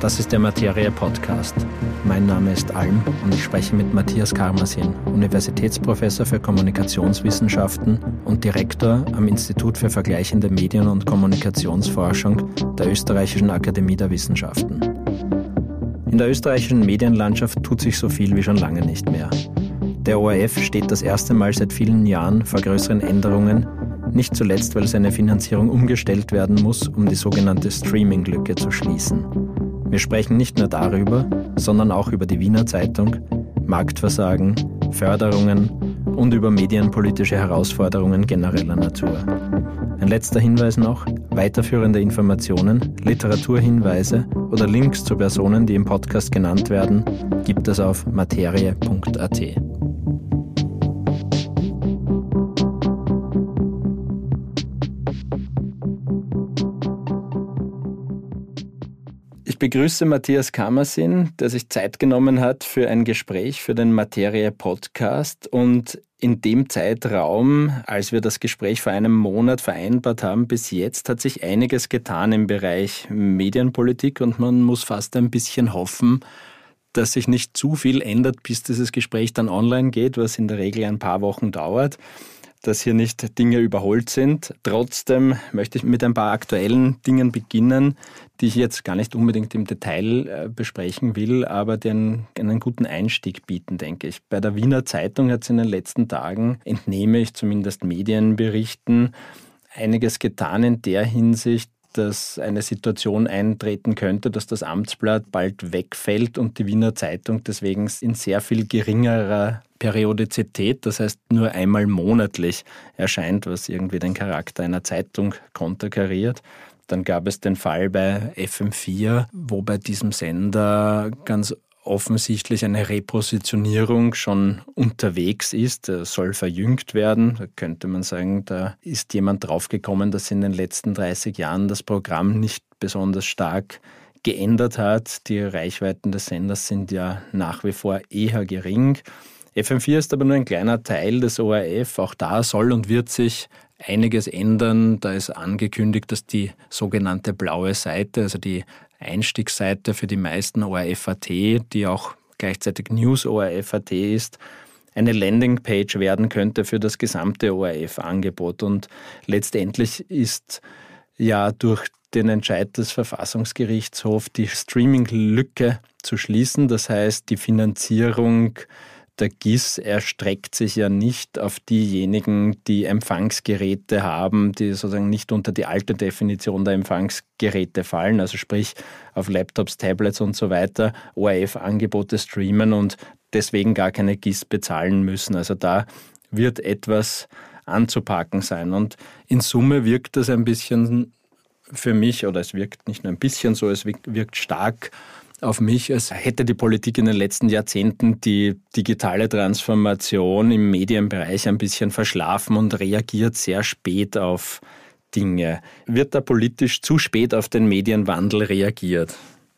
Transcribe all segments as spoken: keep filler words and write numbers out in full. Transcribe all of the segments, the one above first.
Das ist der Materie-Podcast. Mein Name ist Alm und ich spreche mit Matthias Karmasin, Universitätsprofessor für Kommunikationswissenschaften und Direktor am Institut für vergleichende Medien- und Kommunikationsforschung der Österreichischen Akademie der Wissenschaften. In der österreichischen Medienlandschaft tut sich so viel wie schon lange nicht mehr. Der O R F steht das erste Mal seit vielen Jahren vor größeren Änderungen, nicht zuletzt, weil seine Finanzierung umgestellt werden muss, um die sogenannte Streaming-Lücke zu schließen. Wir sprechen nicht nur darüber, sondern auch über die Wiener Zeitung, Marktversagen, Förderungen und über medienpolitische Herausforderungen genereller Natur. Ein letzter Hinweis noch: weiterführende Informationen, Literaturhinweise oder Links zu Personen, die im Podcast genannt werden, gibt es auf materie punkt a t. Ich begrüße Matthias Karmasin, der sich Zeit genommen hat für ein Gespräch für den Materie-Podcast. Und in dem Zeitraum, als wir das Gespräch vor einem Monat vereinbart haben, bis jetzt hat sich einiges getan im Bereich Medienpolitik und man muss fast ein bisschen hoffen, dass sich nicht zu viel ändert, bis dieses Gespräch dann online geht, was in der Regel ein paar Wochen dauert, dass hier nicht Dinge überholt sind. Trotzdem möchte ich mit ein paar aktuellen Dingen beginnen, die ich jetzt gar nicht unbedingt im Detail äh, besprechen will, aber die einen, einen guten Einstieg bieten, denke ich. Bei der Wiener Zeitung hat es in den letzten Tagen, entnehme ich zumindest Medienberichten, einiges getan in der Hinsicht, dass eine Situation eintreten könnte, dass das Amtsblatt bald wegfällt und die Wiener Zeitung deswegen in sehr viel geringerer Periodizität, das heißt nur einmal monatlich erscheint, was irgendwie den Charakter einer Zeitung konterkariert. Dann gab es den Fall bei F M vier, wo bei diesem Sender ganz offensichtlich eine Repositionierung schon unterwegs ist. Er soll verjüngt werden. Da könnte man sagen, da ist jemand draufgekommen, dass in den letzten dreißig Jahren das Programm nicht besonders stark geändert hat. Die Reichweiten des Senders sind ja nach wie vor eher gering. F M vier ist aber nur ein kleiner Teil des O R F. Auch da soll und wird sich einiges ändern. Da ist angekündigt, dass die sogenannte blaue Seite, also die Einstiegsseite für die meisten O R F Punkt A T, die auch gleichzeitig News O R F Punkt A T ist, eine Landingpage werden könnte für das gesamte O R F-Angebot. Und letztendlich ist ja durch den Entscheid des Verfassungsgerichtshofs die Streaming-Lücke zu schließen. Das heißt, die Finanzierung der G I S erstreckt sich ja nicht auf diejenigen, die Empfangsgeräte haben, die sozusagen nicht unter die alte Definition der Empfangsgeräte fallen, also sprich auf Laptops, Tablets und so weiter, O R F-Angebote streamen und deswegen gar keine G I S bezahlen müssen. Also da wird etwas anzupacken sein. Und in Summe wirkt das ein bisschen für mich, oder es wirkt nicht nur ein bisschen so, es wirkt stark auf mich, als hätte die Politik in den letzten Jahrzehnten die digitale Transformation im Medienbereich ein bisschen verschlafen und reagiert sehr spät auf Dinge. Wird da politisch zu spät auf den Medienwandel reagiert?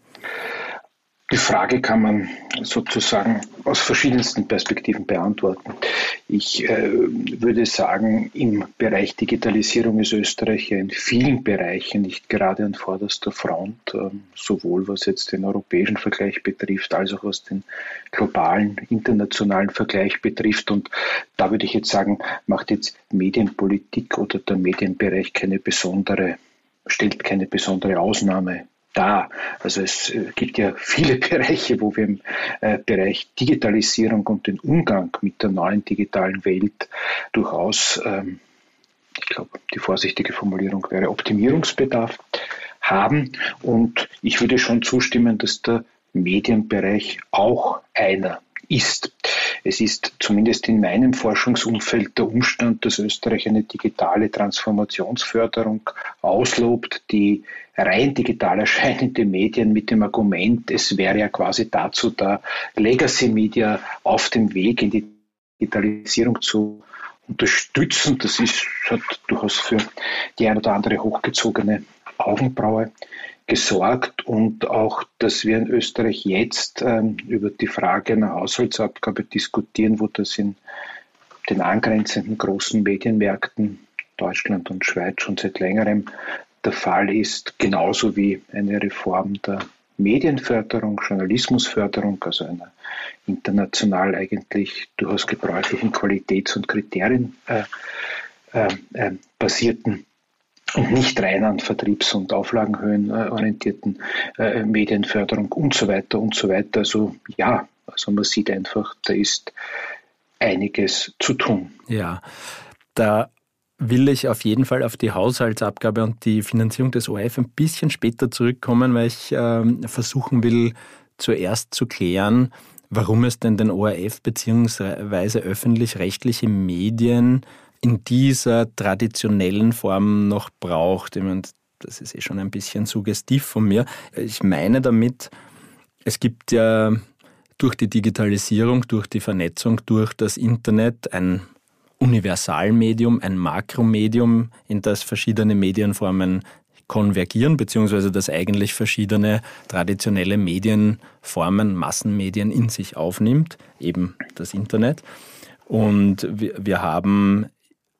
Die Frage kann man sozusagen aus verschiedensten Perspektiven beantworten. Ich äh, würde sagen, im Bereich Digitalisierung ist Österreich ja in vielen Bereichen nicht gerade an vorderster Front, äh, sowohl was jetzt den europäischen Vergleich betrifft, als auch was den globalen, internationalen Vergleich betrifft. Und da würde ich jetzt sagen, macht jetzt Medienpolitik oder der Medienbereich keine besondere, stellt keine besondere Ausnahme da. Also es gibt ja viele Bereiche, wo wir im äh, Bereich Digitalisierung und den Umgang mit der neuen digitalen Welt durchaus, ähm, ich glaube, die vorsichtige Formulierung wäre Optimierungsbedarf haben. Und ich würde schon zustimmen, dass der Medienbereich auch einer ist. Es ist zumindest in meinem Forschungsumfeld der Umstand, dass Österreich eine digitale Transformationsförderung auslobt, die rein digital erscheinende Medien mit dem Argument, es wäre ja quasi dazu da, Legacy Media auf dem Weg in die Digitalisierung zu unterstützen. Das ist, hat durchaus für die ein oder andere hochgezogene Augenbraue gesorgt, und auch, dass wir in Österreich jetzt ähm, über die Frage einer Haushaltsabgabe diskutieren, wo das in den angrenzenden großen Medienmärkten Deutschland und Schweiz schon seit längerem der Fall ist, genauso wie eine Reform der Medienförderung, Journalismusförderung, also einer international eigentlich durchaus gebräuchlichen Qualitäts- und Kriterien äh, äh, äh, basierten und nicht rein an Vertriebs- und Auflagenhöhen äh, orientierten äh, Medienförderung und so weiter und so weiter. Also ja, also man sieht einfach, da ist einiges zu tun. Ja, da will ich auf jeden Fall auf die Haushaltsabgabe und die Finanzierung des O R F ein bisschen später zurückkommen, weil ich äh, versuchen will, zuerst zu klären, warum es denn den O R F bzw. öffentlich-rechtliche Medien in dieser traditionellen Form noch braucht. Ich meine, das ist eh schon ein bisschen suggestiv von mir. Ich meine damit, es gibt ja durch die Digitalisierung, durch die Vernetzung, durch das Internet ein Universalmedium, ein Makromedium, in das verschiedene Medienformen konvergieren, beziehungsweise das eigentlich verschiedene traditionelle Medienformen, Massenmedien in sich aufnimmt, eben das Internet. Und wir, wir haben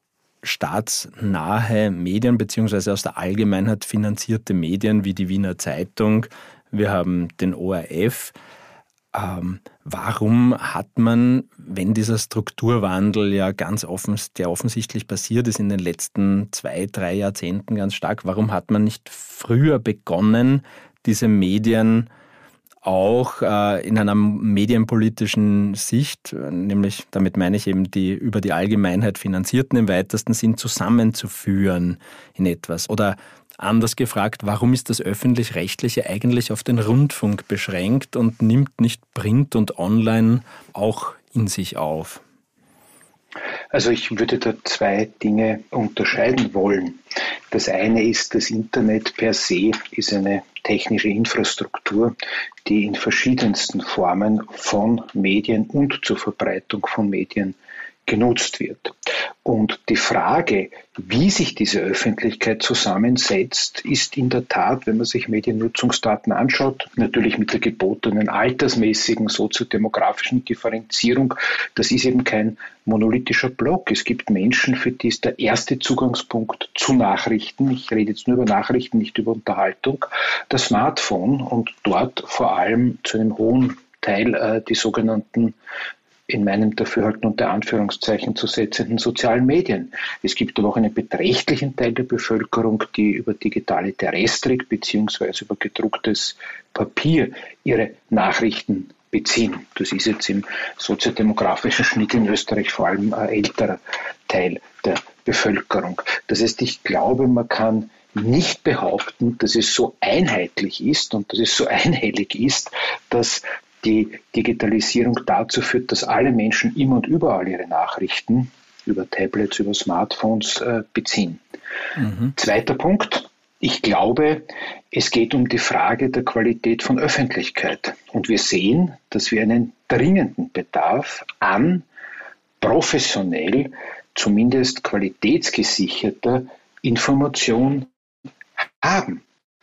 staatsnahe Medien, beziehungsweise aus der Allgemeinheit finanzierte Medien wie die Wiener Zeitung. Wir haben den O R F. Ähm, warum hat man, wenn dieser Strukturwandel ja ganz offens, der offensichtlich passiert ist in den letzten zwei, drei Jahrzehnten ganz stark, warum hat man nicht früher begonnen, diese Medien auch äh, in einer medienpolitischen Sicht, nämlich damit meine ich eben die über die Allgemeinheit finanzierten im weitesten Sinn, zusammenzuführen in etwas? Oder anders gefragt, warum ist das Öffentlich-Rechtliche eigentlich auf den Rundfunk beschränkt und nimmt nicht Print und Online auch in sich auf? Also ich würde da zwei Dinge unterscheiden wollen. Das eine ist, das Internet per se ist eine technische Infrastruktur, die in verschiedensten Formen von Medien und zur Verbreitung von Medien genutzt wird. Und die Frage, wie sich diese Öffentlichkeit zusammensetzt, ist in der Tat, wenn man sich Mediennutzungsdaten anschaut, natürlich mit der gebotenen altersmäßigen soziodemografischen Differenzierung. Das ist eben kein monolithischer Block. Es gibt Menschen, für die ist der erste Zugangspunkt zu Nachrichten, ich rede jetzt nur über Nachrichten, nicht über Unterhaltung, das Smartphone und dort vor allem zu einem hohen Teil äh, die sogenannten in meinem Dafürhalten unter Anführungszeichen zu setzenden sozialen Medien. Es gibt aber auch einen beträchtlichen Teil der Bevölkerung, die über digitale Terrestrik bzw. über gedrucktes Papier ihre Nachrichten beziehen. Das ist jetzt im soziodemografischen Schnitt in Österreich vor allem ein älterer Teil der Bevölkerung. Das heißt, ich glaube, man kann nicht behaupten, dass es so einheitlich ist und dass es so einhellig ist, dass die Digitalisierung dazu führt, dass alle Menschen immer und überall ihre Nachrichten über Tablets, über Smartphones äh, beziehen. Mhm. Zweiter Punkt. Ich glaube, es geht um die Frage der Qualität von Öffentlichkeit. Und wir sehen, dass wir einen dringenden Bedarf an professionell, zumindest qualitätsgesicherter Information haben.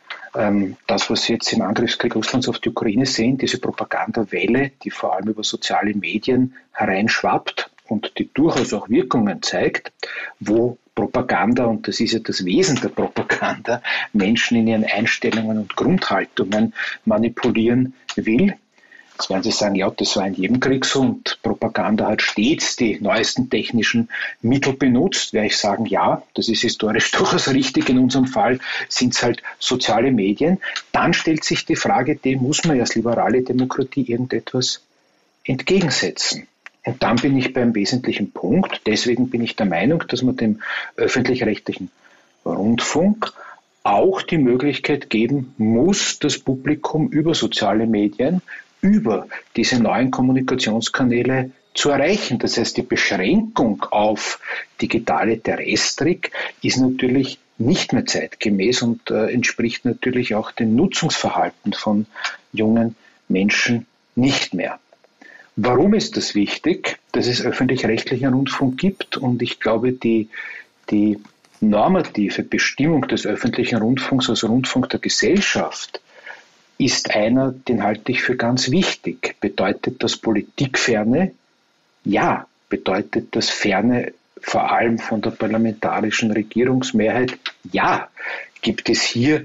Das, was wir jetzt im Angriffskrieg Russlands auf die Ukraine sehen, diese Propagandawelle, die vor allem über soziale Medien hereinschwappt und die durchaus auch Wirkungen zeigt, wo Propaganda, und das ist ja das Wesen der Propaganda, Menschen in ihren Einstellungen und Grundhaltungen manipulieren will. Jetzt werden Sie sagen, ja, das war in jedem Krieg so und Propaganda hat stets die neuesten technischen Mittel benutzt. Werde ich sagen, ja, das ist historisch durchaus richtig. In unserem Fall sind es halt soziale Medien. Dann stellt sich die Frage, dem muss man als liberale Demokratie irgendetwas entgegensetzen. Und dann bin ich beim wesentlichen Punkt. Deswegen bin ich der Meinung, dass man dem öffentlich-rechtlichen Rundfunk auch die Möglichkeit geben muss, das Publikum über soziale Medien über diese neuen Kommunikationskanäle zu erreichen. Das heißt, die Beschränkung auf digitale Terrestrik ist natürlich nicht mehr zeitgemäß und äh, entspricht natürlich auch dem Nutzungsverhalten von jungen Menschen nicht mehr. Warum ist das wichtig, dass es öffentlich-rechtlichen Rundfunk gibt? Und ich glaube, die, die normative Bestimmung des öffentlichen Rundfunks als Rundfunk der Gesellschaft ist einer, den halte ich für ganz wichtig. Bedeutet das Politikferne? Ja. Bedeutet das Ferne vor allem von der parlamentarischen Regierungsmehrheit? Ja. Gibt es hier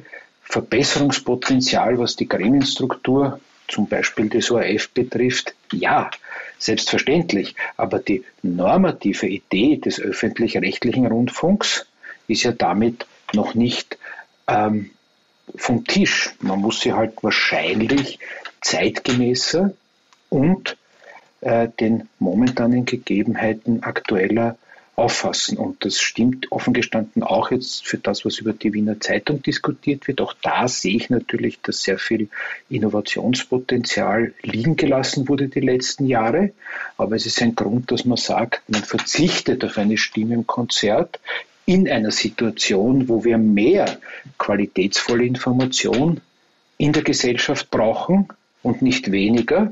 Verbesserungspotenzial, was die Gremienstruktur, zum Beispiel des O R F betrifft? Ja, selbstverständlich. Aber die normative Idee des öffentlich-rechtlichen Rundfunks ist ja damit noch nicht ähm, vom Tisch. Man muss sie halt wahrscheinlich zeitgemäßer und äh, den momentanen Gegebenheiten aktueller auffassen. Und das stimmt offen gestanden auch jetzt für das, was über die Wiener Zeitung diskutiert wird. Auch da sehe ich natürlich, dass sehr viel Innovationspotenzial liegen gelassen wurde die letzten Jahre. Aber es ist ein Grund, dass man sagt, man verzichtet auf eine Stimme im Konzert in einer Situation, wo wir mehr qualitätsvolle Information in der Gesellschaft brauchen und nicht weniger.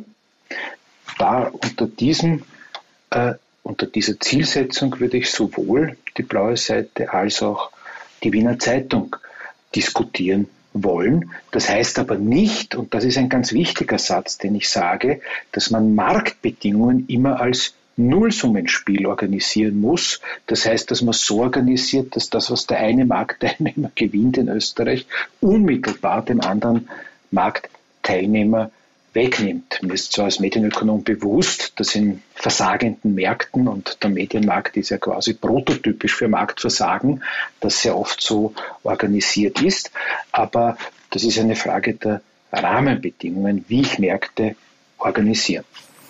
Da unter diesem äh, Unter dieser Zielsetzung würde ich sowohl die Blaue Seite als auch die Wiener Zeitung diskutieren wollen. Das heißt aber nicht, und das ist ein ganz wichtiger Satz, den ich sage, dass man Marktbedingungen immer als Nullsummenspiel organisieren muss. Das heißt, dass man so organisiert, dass das, was der eine Marktteilnehmer gewinnt in Österreich, unmittelbar dem anderen Marktteilnehmer wegnimmt. Mir ist zwar als Medienökonom bewusst, dass in versagenden Märkten, und der Medienmarkt ist ja quasi prototypisch für Marktversagen, das sehr oft so organisiert ist, aber das ist eine Frage der Rahmenbedingungen, wie ich Märkte organisiere.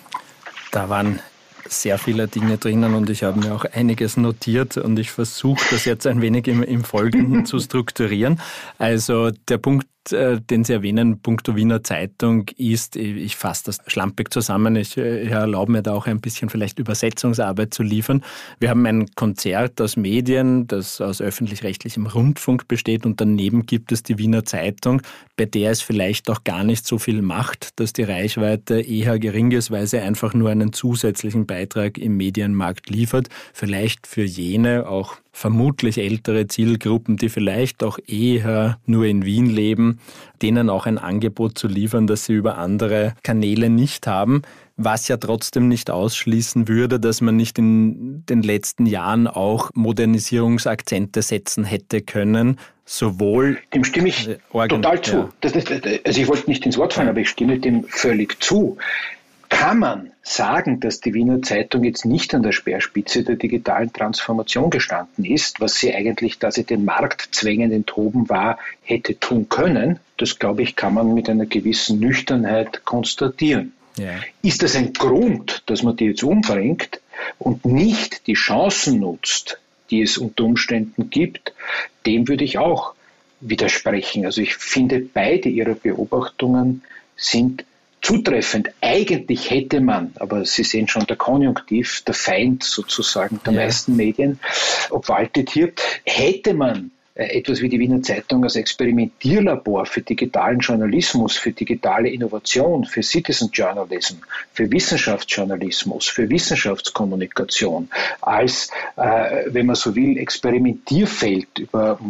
Da waren sehr viele Dinge drinnen und ich habe mir auch einiges notiert und ich versuche das jetzt ein wenig im, im Folgenden zu strukturieren. Also der Punkt, den Sie erwähnen, punkto Wiener Zeitung, ist, ich fasse das schlampig zusammen, ich, ich erlaube mir da auch ein bisschen vielleicht Übersetzungsarbeit zu liefern. Wir haben ein Konzert aus Medien, das aus öffentlich-rechtlichem Rundfunk besteht und daneben gibt es die Wiener Zeitung, bei der es vielleicht auch gar nicht so viel macht, dass die Reichweite eher gering ist, weil sie einfach nur einen zusätzlichen Beitrag im Medienmarkt liefert. Vielleicht für jene auch vermutlich ältere Zielgruppen, die vielleicht auch eher nur in Wien leben, denen auch ein Angebot zu liefern, das sie über andere Kanäle nicht haben, was ja trotzdem nicht ausschließen würde, dass man nicht in den letzten Jahren auch Modernisierungsakzente setzen hätte können, sowohl... Dem stimme ich Organ- total zu. Ja. Das, das, also ich wollte nicht ins Wort fallen, aber ich stimme dem völlig zu. Kann man sagen, dass die Wiener Zeitung jetzt nicht an der Speerspitze der digitalen Transformation gestanden ist, was sie eigentlich, da sie den Marktzwängen enthoben war, hätte tun können? Das, glaube ich, kann man mit einer gewissen Nüchternheit konstatieren. Ja. Ist das ein Grund, dass man die jetzt umbringt und nicht die Chancen nutzt, die es unter Umständen gibt? Dem würde ich auch widersprechen. Also ich finde, beide ihrer Beobachtungen sind zutreffend. Eigentlich hätte man, aber Sie sehen schon, der Konjunktiv, der Feind sozusagen der ja. meisten Medien, obwaltet hier, hätte man etwas wie die Wiener Zeitung als Experimentierlabor für digitalen Journalismus, für digitale Innovation, für Citizen Journalism, für Wissenschaftsjournalismus, für Wissenschaftskommunikation, als, äh, wenn man so will, Experimentierfeld über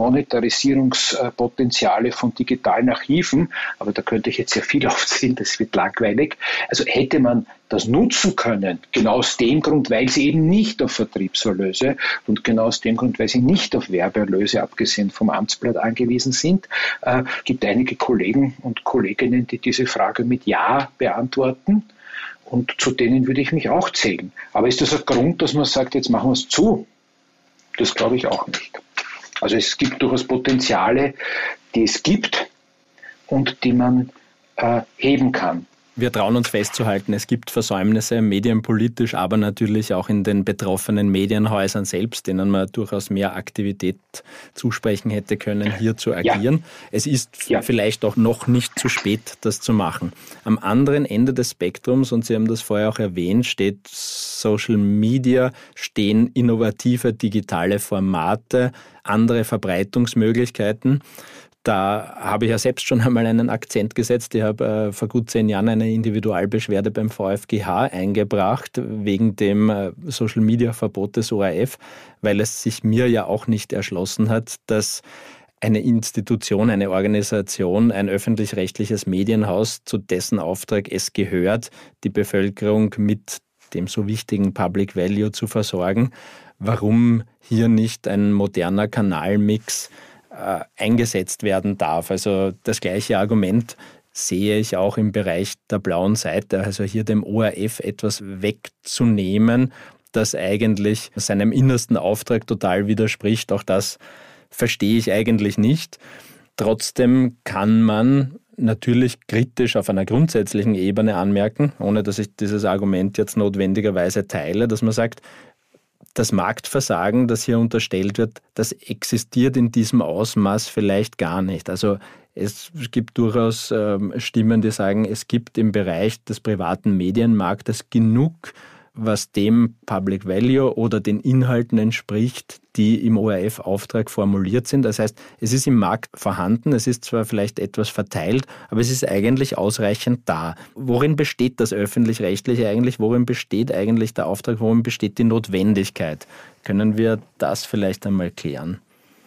Monetarisierungspotenziale von digitalen Archiven, aber da könnte ich jetzt sehr viel aufzählen, das wird langweilig. Also hätte man das nutzen können, genau aus dem Grund, weil sie eben nicht auf Vertriebserlöse und genau aus dem Grund, weil sie nicht auf Werbeerlöse, abgesehen vom Amtsblatt, angewiesen sind. Äh, gibt einige Kollegen und Kolleginnen, die diese Frage mit Ja beantworten und zu denen würde ich mich auch zählen. Aber ist das ein Grund, dass man sagt, jetzt machen wir es zu? Das glaube ich auch nicht. Also es gibt durchaus Potenziale, die es gibt und die man äh, heben kann. Wir trauen uns festzuhalten, es gibt Versäumnisse medienpolitisch, aber natürlich auch in den betroffenen Medienhäusern selbst, denen man durchaus mehr Aktivität zusprechen hätte können, hier zu agieren. Ja. Es ist ja. vielleicht auch noch nicht zu spät, das zu machen. Am anderen Ende des Spektrums, und Sie haben das vorher auch erwähnt, steht Social Media, stehen innovative digitale Formate, andere Verbreitungsmöglichkeiten. Da habe ich ja selbst schon einmal einen Akzent gesetzt. Ich habe äh, vor gut zehn Jahren eine Individualbeschwerde beim V F G H eingebracht, wegen dem äh, Social-Media-Verbot des O R F, weil es sich mir ja auch nicht erschlossen hat, dass eine Institution, eine Organisation, ein öffentlich-rechtliches Medienhaus, zu dessen Auftrag es gehört, die Bevölkerung mit dem so wichtigen Public Value zu versorgen, warum hier nicht ein moderner Kanalmix äh, eingesetzt werden darf. Also das gleiche Argument sehe ich auch im Bereich der blauen Seite, also hier dem O R F etwas wegzunehmen, das eigentlich seinem innersten Auftrag total widerspricht. Auch das verstehe ich eigentlich nicht. Trotzdem kann man natürlich kritisch auf einer grundsätzlichen Ebene anmerken, ohne dass ich dieses Argument jetzt notwendigerweise teile, dass man sagt, das Marktversagen, das hier unterstellt wird, das existiert in diesem Ausmaß vielleicht gar nicht. Also es gibt durchaus ähm, Stimmen, die sagen, es gibt im Bereich des privaten Medienmarktes genug, was dem Public Value oder den Inhalten entspricht, die im O R F-Auftrag formuliert sind. Das heißt, es ist im Markt vorhanden, es ist zwar vielleicht etwas verteilt, aber es ist eigentlich ausreichend da. Worin besteht das Öffentlich-Rechtliche eigentlich? Worin besteht eigentlich der Auftrag? Worin besteht die Notwendigkeit? Können wir das vielleicht einmal klären?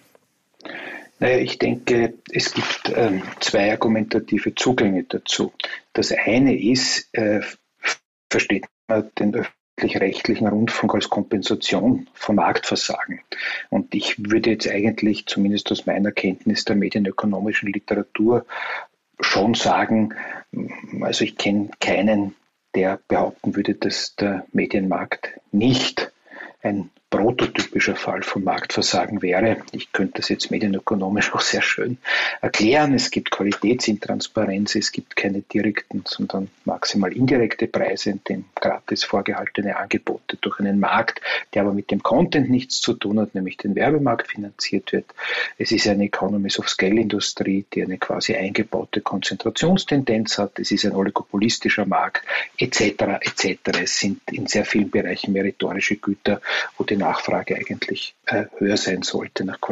Naja, ich denke, es gibt ähm, zwei argumentative Zugänge dazu. Das eine ist, äh, versteht man den öffentlich-rechtlichen Rundfunk als Kompensation von Marktversagen. Und ich würde jetzt eigentlich, zumindest aus meiner Kenntnis der medienökonomischen Literatur, schon sagen, also ich kenne keinen, der behaupten würde, dass der Medienmarkt nicht ein prototypischer Fall von Marktversagen wäre. Ich könnte das jetzt medienökonomisch auch sehr schön erklären. Es gibt Qualitätsintransparenz, es gibt keine direkten, sondern maximal indirekte Preise, in dem gratis vorgehaltene Angebote durch einen Markt, der aber mit dem Content nichts zu tun hat, nämlich den Werbemarkt finanziert wird. Es ist eine Economies of Scale-Industrie, die eine quasi eingebaute Konzentrationstendenz hat. Es ist ein oligopolistischer Markt, et cetera et cetera. Es sind in sehr vielen Bereichen meritorische Güter, wo die Nachfrage eigentlich äh, höher sein sollte nach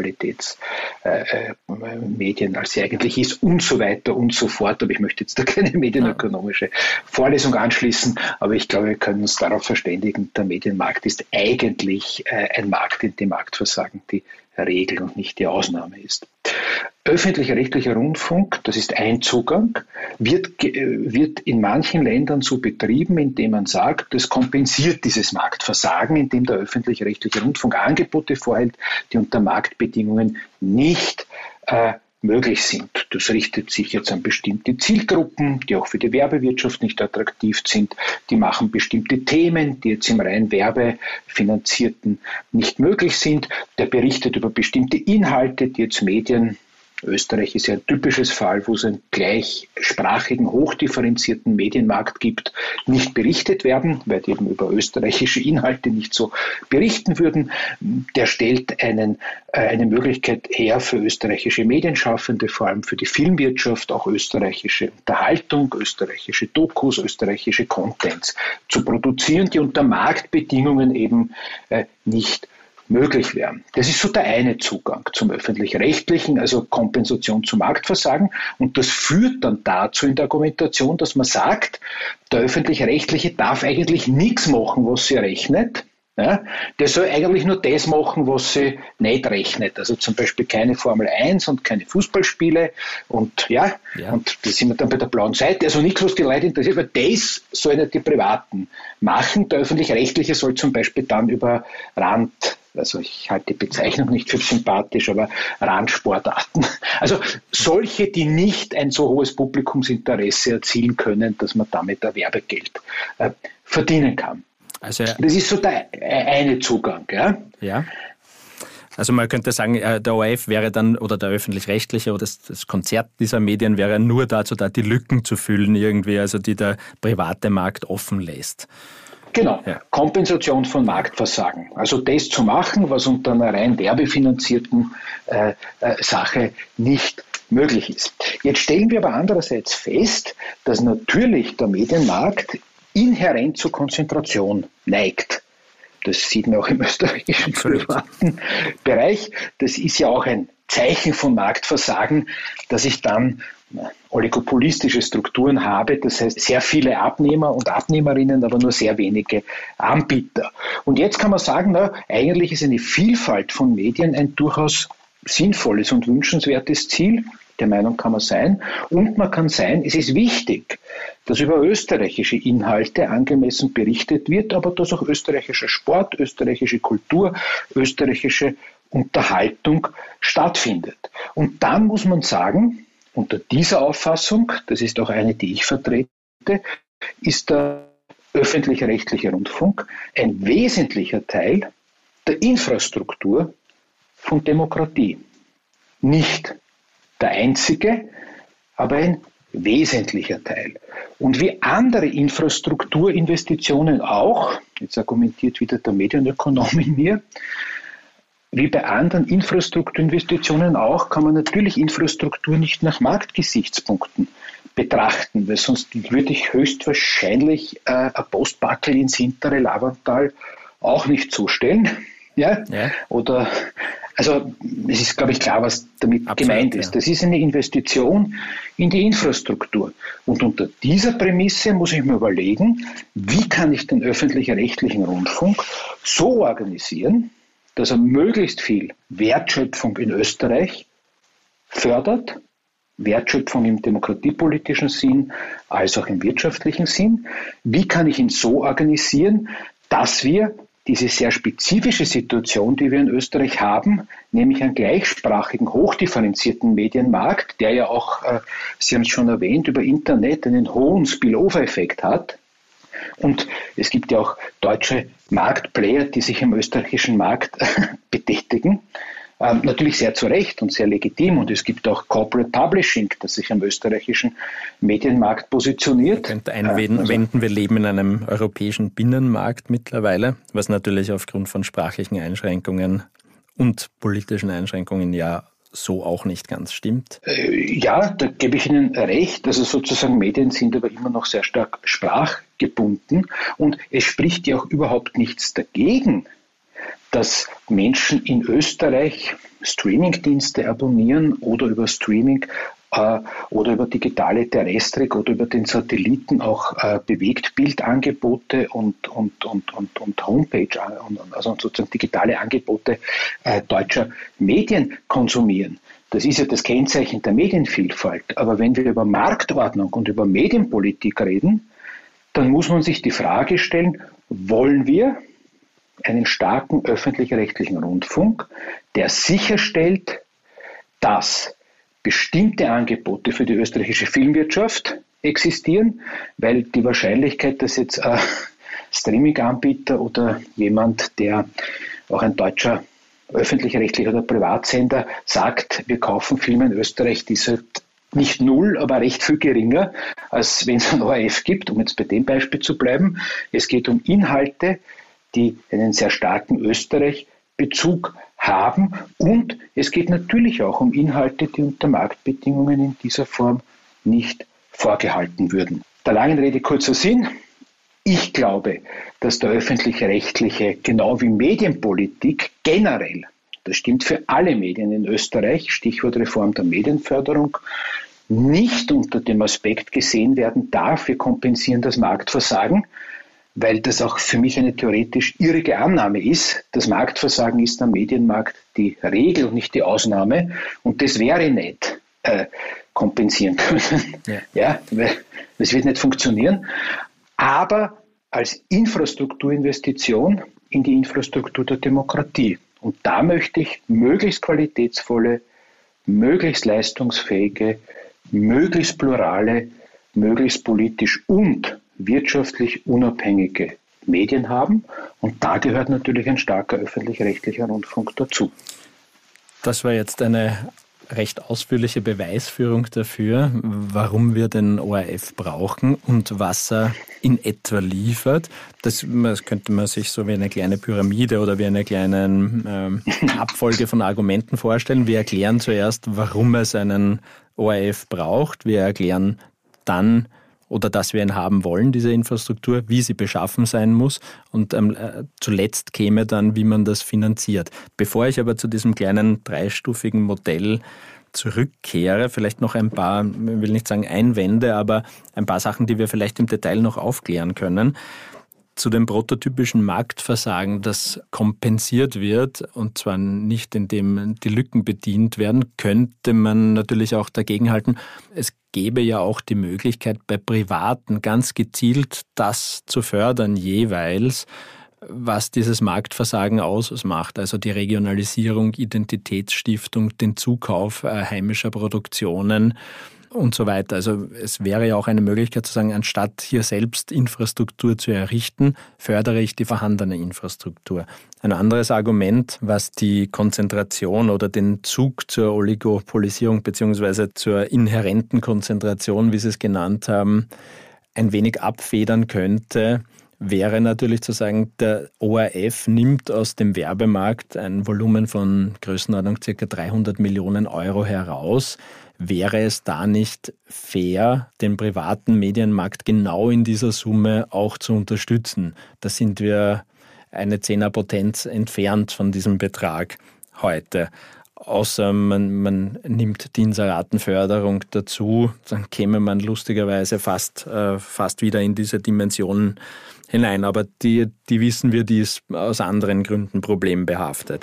Qualitätsmedien, äh, als sie eigentlich ist und so weiter und so fort. Aber ich möchte jetzt da keine medienökonomische Vorlesung anschließen, aber ich glaube, wir können uns darauf verständigen, der Medienmarkt ist eigentlich äh, ein Markt, in dem Marktversagen die Regel und nicht die Ausnahme ist. Öffentlich-rechtlicher Rundfunk, das ist ein Zugang, wird, wird in manchen Ländern so betrieben, indem man sagt, das kompensiert dieses Marktversagen, indem der öffentlich-rechtliche Rundfunk Angebote vorhält, die unter Marktbedingungen nicht äh, möglich sind. Das richtet sich jetzt an bestimmte Zielgruppen, die auch für die Werbewirtschaft nicht attraktiv sind. Die machen bestimmte Themen, die jetzt im rein werbefinanzierten nicht möglich sind. Der berichtet über bestimmte Inhalte, die jetzt Medien, Österreich ist ja ein typisches Fall, wo es einen gleichsprachigen, hochdifferenzierten Medienmarkt gibt, nicht berichtet werden, weil die eben über österreichische Inhalte nicht so berichten würden. Der stellt einen, äh, eine Möglichkeit her für österreichische Medienschaffende, vor allem für die Filmwirtschaft, auch österreichische Unterhaltung, österreichische Dokus, österreichische Contents zu produzieren, die unter Marktbedingungen eben äh, nicht möglich wären. Das ist so der eine Zugang zum Öffentlich-Rechtlichen, also Kompensation zum Marktversagen. Und das führt dann dazu in der Argumentation, dass man sagt, der Öffentlich-Rechtliche darf eigentlich nichts machen, was sie rechnet. Ja, der soll eigentlich nur das machen, was sie nicht rechnet. Also zum Beispiel keine Formel eins und keine Fußballspiele. Und ja, ja. und da sind wir dann bei der blauen Seite. Also nichts, was die Leute interessiert, weil das sollen ja die Privaten machen. Der Öffentlich-Rechtliche soll zum Beispiel dann über Rand, also ich halte die Bezeichnung nicht für sympathisch, aber Randsportarten. Also solche, die nicht ein so hohes Publikumsinteresse erzielen können, dass man damit Werbegeld äh, verdienen kann. Also, das ist so der eine Zugang. Ja? Ja. Also man könnte sagen, der O R F wäre dann, oder der Öffentlich-Rechtliche oder das, das Konzert dieser Medien wäre nur dazu da, die Lücken zu füllen irgendwie, also die der private Markt offen lässt. Genau, ja. Kompensation von Marktversagen. Also das zu machen, was unter einer rein werbefinanzierten äh, äh, Sache nicht möglich ist. Jetzt stellen wir aber andererseits fest, dass natürlich der Medienmarkt inhärent zur Konzentration neigt. Das sieht man auch im österreichischen privaten Bereich. Das ist ja auch ein Zeichen von Marktversagen, dass ich dann oligopolistische Strukturen habe, das heißt sehr viele Abnehmer und Abnehmerinnen, aber nur sehr wenige Anbieter. Und jetzt kann man sagen, na, eigentlich ist eine Vielfalt von Medien ein durchaus sinnvolles und wünschenswertes Ziel. Der Meinung kann man sein. Und man kann sein, es ist wichtig, dass über österreichische Inhalte angemessen berichtet wird, aber dass auch österreichischer Sport, österreichische Kultur, österreichische Unterhaltung stattfindet. Und dann muss man sagen, unter dieser Auffassung, das ist auch eine, die ich vertrete, ist der öffentlich-rechtliche Rundfunk ein wesentlicher Teil der Infrastruktur von Demokratie. Nicht der einzige, aber ein wesentlicher Teil. Und wie andere Infrastrukturinvestitionen auch, jetzt argumentiert wieder der Medienökonom in mir, wie bei anderen Infrastrukturinvestitionen auch, kann man natürlich Infrastruktur nicht nach Marktgesichtspunkten betrachten, weil sonst würde ich höchstwahrscheinlich äh, ein Postbackel ins hintere Lavantal auch nicht zustellen. Ja? Ja. Oder, also es ist, glaube ich, klar, was damit Absolut, gemeint ist. Ja. Das ist eine Investition in die Infrastruktur. Und unter dieser Prämisse muss ich mir überlegen, wie kann ich den öffentlich-rechtlichen Rundfunk so organisieren, dass er möglichst viel Wertschöpfung in Österreich fördert, Wertschöpfung im demokratiepolitischen Sinn als auch im wirtschaftlichen Sinn. Wie kann ich ihn so organisieren, dass wir diese sehr spezifische Situation, die wir in Österreich haben, nämlich einen gleichsprachigen, hochdifferenzierten Medienmarkt, der ja auch, äh, Sie haben es schon erwähnt, über Internet einen hohen Spillover-Effekt hat. Und es gibt ja auch deutsche Marktplayer, die sich im österreichischen Markt betätigen. Ähm, natürlich sehr zu Recht und sehr legitim. Und es gibt auch Corporate Publishing, das sich am österreichischen Medienmarkt positioniert. Ich könnte einwenden, also, wir leben in einem europäischen Binnenmarkt mittlerweile, was natürlich aufgrund von sprachlichen Einschränkungen und politischen Einschränkungen ja so auch nicht ganz stimmt. Ja, da gebe ich Ihnen recht. Also sozusagen Medien sind aber immer noch sehr stark sprachgebunden und es spricht ja auch überhaupt nichts dagegen, dass Menschen in Österreich Streamingdienste abonnieren oder über Streaming äh, oder über digitale Terrestrik oder über den Satelliten auch äh, Bewegtbildangebote und, und, und, und, und Homepage, also sozusagen digitale Angebote äh, deutscher Medien konsumieren. Das ist ja das Kennzeichen der Medienvielfalt. Aber wenn wir über Marktordnung und über Medienpolitik reden, dann muss man sich die Frage stellen, wollen wir einen starken öffentlich-rechtlichen Rundfunk, der sicherstellt, dass bestimmte Angebote für die österreichische Filmwirtschaft existieren, weil die Wahrscheinlichkeit, dass jetzt ein Streaming-Anbieter oder jemand, der auch ein deutscher öffentlich-rechtlicher oder Privatsender sagt, wir kaufen Filme in Österreich, die ist halt nicht null, aber recht viel geringer, als wenn es ein O R F gibt, um jetzt bei dem Beispiel zu bleiben. Es geht um Inhalte, die einen sehr starken Österreich-Bezug haben. Und es geht natürlich auch um Inhalte, die unter Marktbedingungen in dieser Form nicht vorgehalten würden. Der langen Rede kurzer Sinn. Ich glaube, dass der öffentlich-rechtliche, genau wie Medienpolitik generell, das stimmt für alle Medien in Österreich, Stichwort Reform der Medienförderung, nicht unter dem Aspekt gesehen werden darf, wir kompensieren das Marktversagen, weil das auch für mich eine theoretisch irrige Annahme ist. Das Marktversagen ist am Medienmarkt die Regel und nicht die Ausnahme. Und das wäre nicht äh, kompensieren können. Ja. Ja, weil das wird nicht funktionieren. Aber als Infrastrukturinvestition in die Infrastruktur der Demokratie. Und da möchte ich möglichst qualitätsvolle, möglichst leistungsfähige, möglichst plurale, möglichst politisch und wirtschaftlich unabhängige Medien haben. Und da gehört natürlich ein starker öffentlich-rechtlicher Rundfunk dazu. Das war jetzt eine recht ausführliche Beweisführung dafür, warum wir den O R F brauchen und was er in etwa liefert. Das, das könnte man sich so wie eine kleine Pyramide oder wie eine kleine äh, Abfolge von Argumenten vorstellen. Wir erklären zuerst, warum es einen O R F braucht. Wir erklären dann, oder dass wir ihn haben wollen, diese Infrastruktur, wie sie beschaffen sein muss und ähm, äh, zuletzt käme dann, wie man das finanziert. Bevor ich aber zu diesem kleinen dreistufigen Modell zurückkehre, vielleicht noch ein paar, ich will nicht sagen Einwände, aber ein paar Sachen, die wir vielleicht im Detail noch aufklären können. Zu dem prototypischen Marktversagen, das kompensiert wird, und zwar nicht indem die Lücken bedient werden, könnte man natürlich auch dagegenhalten. Es gäbe ja auch die Möglichkeit, bei Privaten ganz gezielt das zu fördern jeweils, was dieses Marktversagen ausmacht. Also die Regionalisierung, Identitätsstiftung, den Zukauf äh, heimischer Produktionen und so weiter. Also es wäre ja auch eine Möglichkeit zu sagen, anstatt hier selbst Infrastruktur zu errichten, fördere ich die vorhandene Infrastruktur. Ein anderes Argument, was die Konzentration oder den Zug zur Oligopolisierung bzw. zur inhärenten Konzentration, wie Sie es genannt haben, ein wenig abfedern könnte, wäre natürlich zu sagen, der O R F nimmt aus dem Werbemarkt ein Volumen von Größenordnung ca. dreihundert Millionen Euro heraus. Wäre es da nicht fair, den privaten Medienmarkt genau in dieser Summe auch zu unterstützen? Da sind wir eine Zehnerpotenz entfernt von diesem Betrag heute. Außer man, man nimmt die Inseratenförderung dazu, dann käme man lustigerweise fast, äh, fast wieder in diese Dimension hinein. Aber die, die wissen wir, die ist aus anderen Gründen problembehaftet.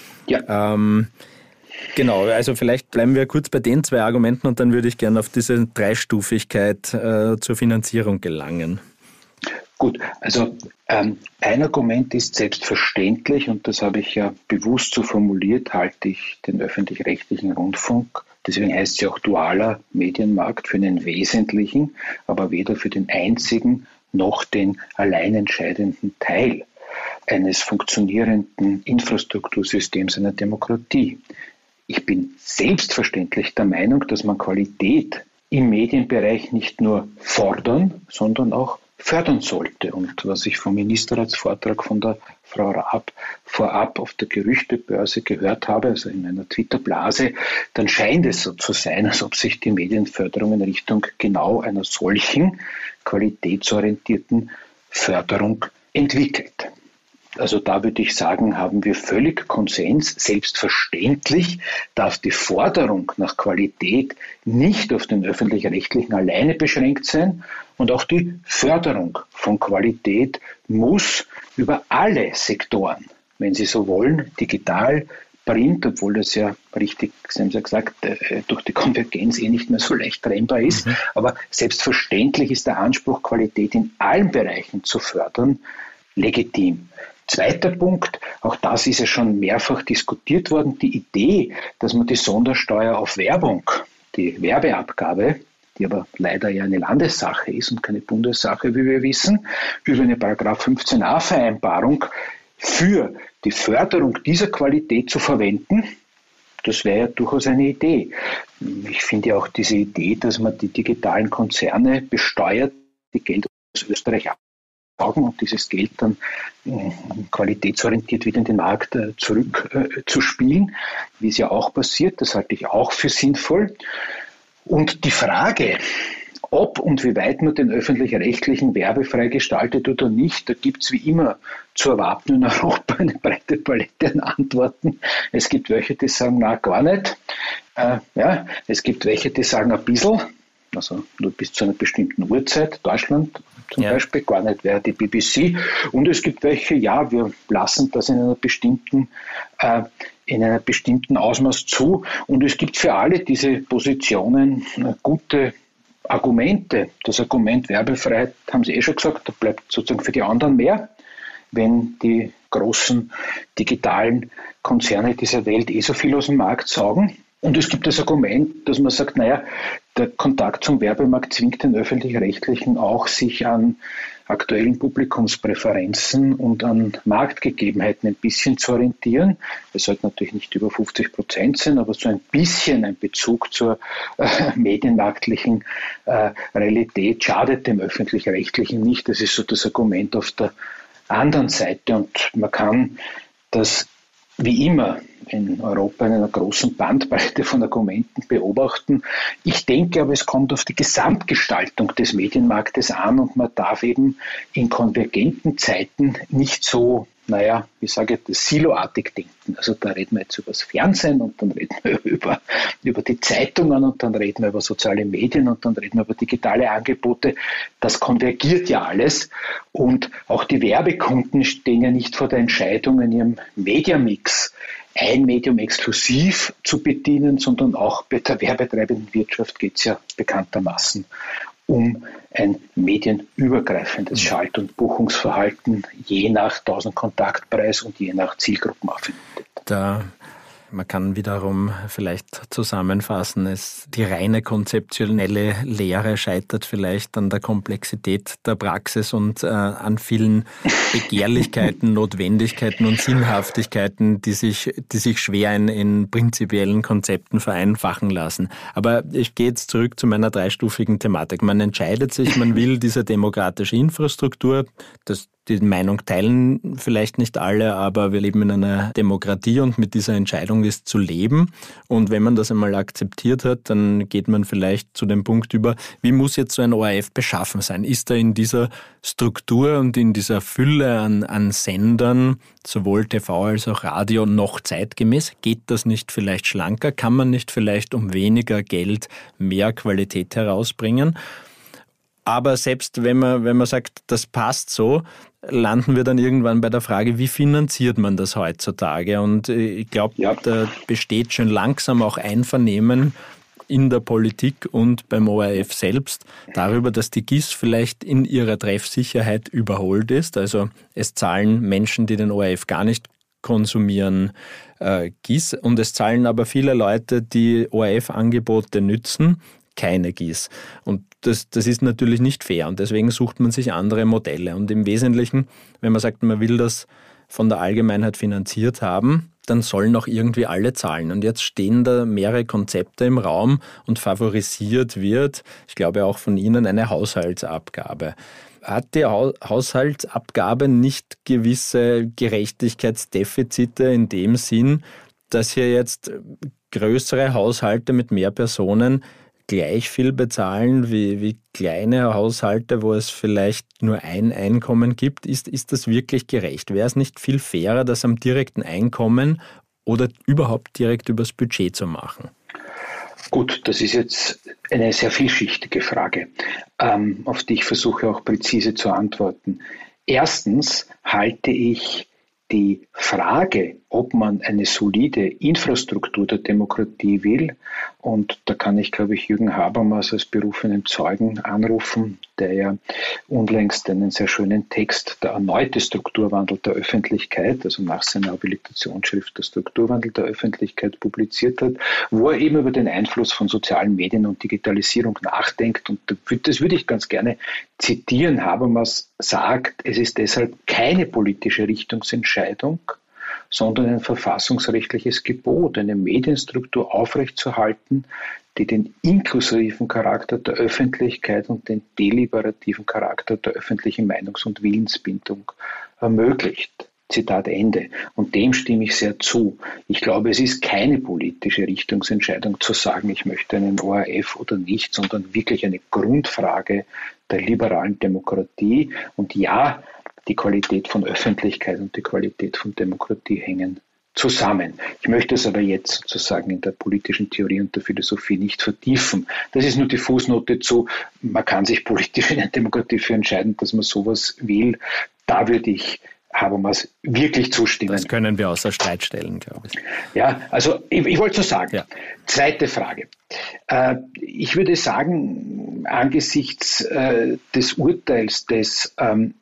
Ja. Ähm, Genau, also vielleicht bleiben wir kurz bei den zwei Argumenten und dann würde ich gerne auf diese Dreistufigkeit äh, zur Finanzierung gelangen. Gut, also ähm, ein Argument ist selbstverständlich und das habe ich ja bewusst so formuliert, halte ich den öffentlich-rechtlichen Rundfunk, deswegen heißt es ja auch dualer Medienmarkt, für einen wesentlichen, aber weder für den einzigen noch den allein entscheidenden Teil eines funktionierenden Infrastruktursystems einer Demokratie. Ich bin selbstverständlich der Meinung, dass man Qualität im Medienbereich nicht nur fordern, sondern auch fördern sollte. Und was ich vom Ministerratsvortrag von der Frau Raab vorab auf der Gerüchtebörse gehört habe, also in einer Twitter-Blase, dann scheint es so zu sein, als ob sich die Medienförderung in Richtung genau einer solchen qualitätsorientierten Förderung entwickelt. Also da würde ich sagen, haben wir völlig Konsens. Selbstverständlich darf die Forderung nach Qualität nicht auf den Öffentlich-Rechtlichen alleine beschränkt sein und auch die Förderung von Qualität muss über alle Sektoren, wenn Sie so wollen, digital, Print, obwohl das ja richtig, Sie haben es ja gesagt, durch die Konvergenz eh nicht mehr so leicht trennbar ist. Mhm. Aber selbstverständlich ist der Anspruch, Qualität in allen Bereichen zu fördern, legitim. Zweiter Punkt, auch das ist ja schon mehrfach diskutiert worden, die Idee, dass man die Sondersteuer auf Werbung, die Werbeabgabe, die aber leider ja eine Landessache ist und keine Bundessache, wie wir wissen, über eine Paragraph fünfzehn a Vereinbarung für die Förderung dieser Qualität zu verwenden, das wäre ja durchaus eine Idee. Ich finde ja auch diese Idee, dass man die digitalen Konzerne besteuert, die Geld aus Österreich und dieses Geld dann äh, qualitätsorientiert wieder in den Markt äh, zurück äh, zu spielen, wie es ja auch passiert, das halte ich auch für sinnvoll. Und die Frage, ob und wie weit man den öffentlich-rechtlichen werbefrei gestaltet oder nicht, da gibt es wie immer zu erwarten in Europa eine breite Palette an Antworten. Es gibt welche, die sagen, na gar nicht. Äh, ja, es gibt welche, die sagen ein bisschen, also nur bis zu einer bestimmten Uhrzeit, Deutschland zum ja. Beispiel, gar nicht wäre die B B C. Und es gibt welche, ja, wir lassen das in einer bestimmten, äh, in einer bestimmten Ausmaß zu. Und es gibt für alle diese Positionen äh, gute Argumente. Das Argument Werbefreiheit, haben Sie eh schon gesagt, da bleibt sozusagen für die anderen mehr, wenn die großen digitalen Konzerne dieser Welt eh so viel aus dem Markt saugen. Und es gibt das Argument, dass man sagt, naja, der Kontakt zum Werbemarkt zwingt den Öffentlich-Rechtlichen auch, sich an aktuellen Publikumspräferenzen und an Marktgegebenheiten ein bisschen zu orientieren. Es sollte natürlich nicht über fünfzig Prozent sein, aber so ein bisschen ein Bezug zur äh, medienmarktlichen äh, Realität schadet dem Öffentlich-Rechtlichen nicht. Das ist so das Argument auf der anderen Seite. Und man kann das wie immer in Europa in einer großen Bandbreite von Argumenten beobachten. Ich denke aber, es kommt auf die Gesamtgestaltung des Medienmarktes an und man darf eben in konvergenten Zeiten nicht so, naja, wie sage ich, das siloartig denken. Also da reden wir jetzt über das Fernsehen und dann reden wir über, über die Zeitungen und dann reden wir über soziale Medien und dann reden wir über digitale Angebote. Das konvergiert ja alles und auch die Werbekunden stehen ja nicht vor der Entscheidung, in ihrem Mediamix ein Medium exklusiv zu bedienen, sondern auch bei der werbetreibenden Wirtschaft geht es ja bekanntermaßen um ein medienübergreifendes Schalt- und Buchungsverhalten je nach tausend Kontaktpreis und je nach Zielgruppenaffinität. Da Man kann wiederum vielleicht zusammenfassen, es, die reine konzeptionelle Lehre scheitert vielleicht an der Komplexität der Praxis und äh, an vielen Begehrlichkeiten, Notwendigkeiten und Sinnhaftigkeiten, die sich, die sich schwer in, in prinzipiellen Konzepten vereinfachen lassen. Aber ich gehe jetzt zurück zu meiner dreistufigen Thematik. Man entscheidet sich, man will diese demokratische Infrastruktur, das Die Meinung teilen vielleicht nicht alle, aber wir leben in einer Demokratie und mit dieser Entscheidung ist zu leben. Und wenn man das einmal akzeptiert hat, dann geht man vielleicht zu dem Punkt über, wie muss jetzt so ein O R F beschaffen sein? Ist er in dieser Struktur und in dieser Fülle an, an Sendern, sowohl T V als auch Radio, noch zeitgemäß? Geht das nicht vielleicht schlanker? Kann man nicht vielleicht um weniger Geld mehr Qualität herausbringen? Aber selbst wenn man, wenn man sagt, das passt so, landen wir dann irgendwann bei der Frage, wie finanziert man das heutzutage? Und ich glaube, ja. da besteht schon langsam auch Einvernehmen in der Politik und beim O R F selbst darüber, dass die G I S vielleicht in ihrer Treffsicherheit überholt ist. Also es zahlen Menschen, die den O R F gar nicht konsumieren, äh, G I S, und es zahlen aber viele Leute, die O R F-Angebote nützen, keine G I S. Und das, das ist natürlich nicht fair und deswegen sucht man sich andere Modelle. Und im Wesentlichen, wenn man sagt, man will das von der Allgemeinheit finanziert haben, dann sollen auch irgendwie alle zahlen. Und jetzt stehen da mehrere Konzepte im Raum und favorisiert wird, ich glaube auch von Ihnen, eine Haushaltsabgabe. Hat die Haushaltsabgabe nicht gewisse Gerechtigkeitsdefizite in dem Sinn, dass hier jetzt größere Haushalte mit mehr Personen gleich viel bezahlen wie, wie kleine Haushalte, wo es vielleicht nur ein Einkommen gibt? Ist, ist das wirklich gerecht? Wäre es nicht viel fairer, das am direkten Einkommen oder überhaupt direkt übers Budget zu machen? Gut, das ist jetzt eine sehr vielschichtige Frage, ähm, auf die ich versuche auch präzise zu antworten. Erstens halte ich die Frage, ob man eine solide Infrastruktur der Demokratie will, und da kann ich, glaube ich, Jürgen Habermas als berufenen Zeugen anrufen, der ja unlängst einen sehr schönen Text, der erneute Strukturwandel der Öffentlichkeit, also nach seiner Habilitationsschrift der Strukturwandel der Öffentlichkeit publiziert hat, wo er eben über den Einfluss von sozialen Medien und Digitalisierung nachdenkt. Und das würde ich ganz gerne zitieren. Habermas sagt, es ist deshalb keine politische Richtungsentscheidung, sondern ein verfassungsrechtliches Gebot, eine Medienstruktur aufrechtzuerhalten, die den inklusiven Charakter der Öffentlichkeit und den deliberativen Charakter der öffentlichen Meinungs- und Willensbildung ermöglicht. Zitat Ende. Und dem stimme ich sehr zu. Ich glaube, es ist keine politische Richtungsentscheidung zu sagen, ich möchte einen O R F oder nicht, sondern wirklich eine Grundfrage der liberalen Demokratie. Und ja, die Qualität von Öffentlichkeit und die Qualität von Demokratie hängen zusammen. Ich möchte es aber jetzt sozusagen in der politischen Theorie und der Philosophie nicht vertiefen. Das ist nur die Fußnote zu, man kann sich politisch in der Demokratie für entscheiden, dass man sowas will. Da würde ich Habermas wirklich zustimmen. Das können wir außer Streit stellen, glaube ich. Ja, also ich, ich wollte so sagen. Ja. Zweite Frage. Äh, ich würde sagen, angesichts äh, des Urteils des ähm,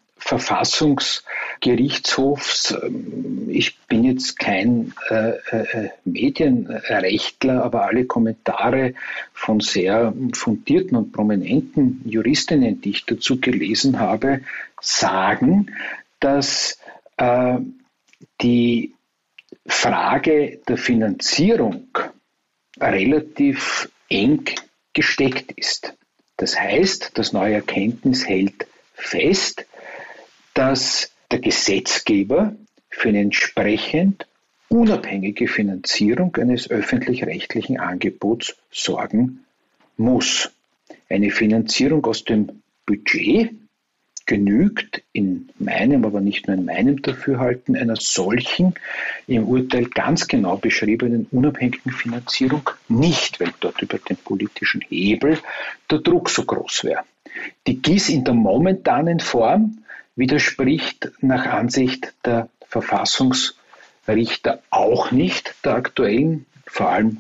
Verfassungsgerichtshofs, ich bin jetzt kein äh, äh, Medienrechtler, aber alle Kommentare von sehr fundierten und prominenten Juristinnen, die ich dazu gelesen habe, sagen, dass äh, die Frage der Finanzierung relativ eng gesteckt ist. Das heißt, das neue Erkenntnis hält fest, dass der Gesetzgeber für eine entsprechend unabhängige Finanzierung eines öffentlich-rechtlichen Angebots sorgen muss. Eine Finanzierung aus dem Budget genügt in meinem, aber nicht nur in meinem Dafürhalten, einer solchen im Urteil ganz genau beschriebenen unabhängigen Finanzierung nicht, weil dort über den politischen Hebel der Druck so groß wäre. Die G I S in der momentanen Form widerspricht nach Ansicht der Verfassungsrichter auch nicht der aktuellen vor allem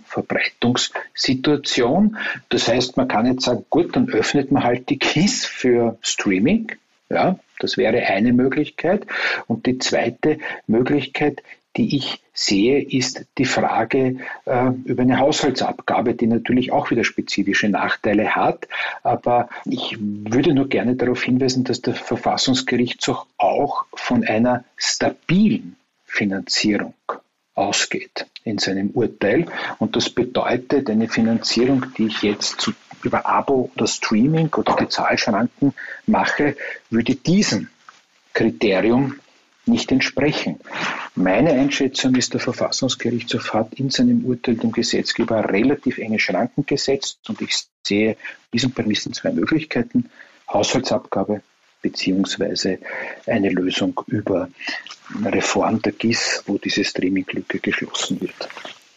Verbreitungssituation. Das heißt, man kann jetzt sagen, gut, dann öffnet man halt die K I S für Streaming. Ja, das wäre eine Möglichkeit. Und die zweite Möglichkeit, die ich sehe, ist die Frage äh, über eine Haushaltsabgabe, die natürlich auch wieder spezifische Nachteile hat. Aber ich würde nur gerne darauf hinweisen, dass der Verfassungsgerichtshof auch von einer stabilen Finanzierung ausgeht in seinem Urteil. Und das bedeutet, eine Finanzierung, die ich jetzt zu, über Abo oder Streaming oder Bezahlschranken mache, würde diesem Kriterium nicht entsprechen. Meine Einschätzung ist, der Verfassungsgerichtshof hat in seinem Urteil dem Gesetzgeber relativ enge Schranken gesetzt und ich sehe diesen Prämissen zwei Möglichkeiten: Haushaltsabgabe beziehungsweise eine Lösung über eine Reform der G I S, wo diese Streaming-Lücke geschlossen wird.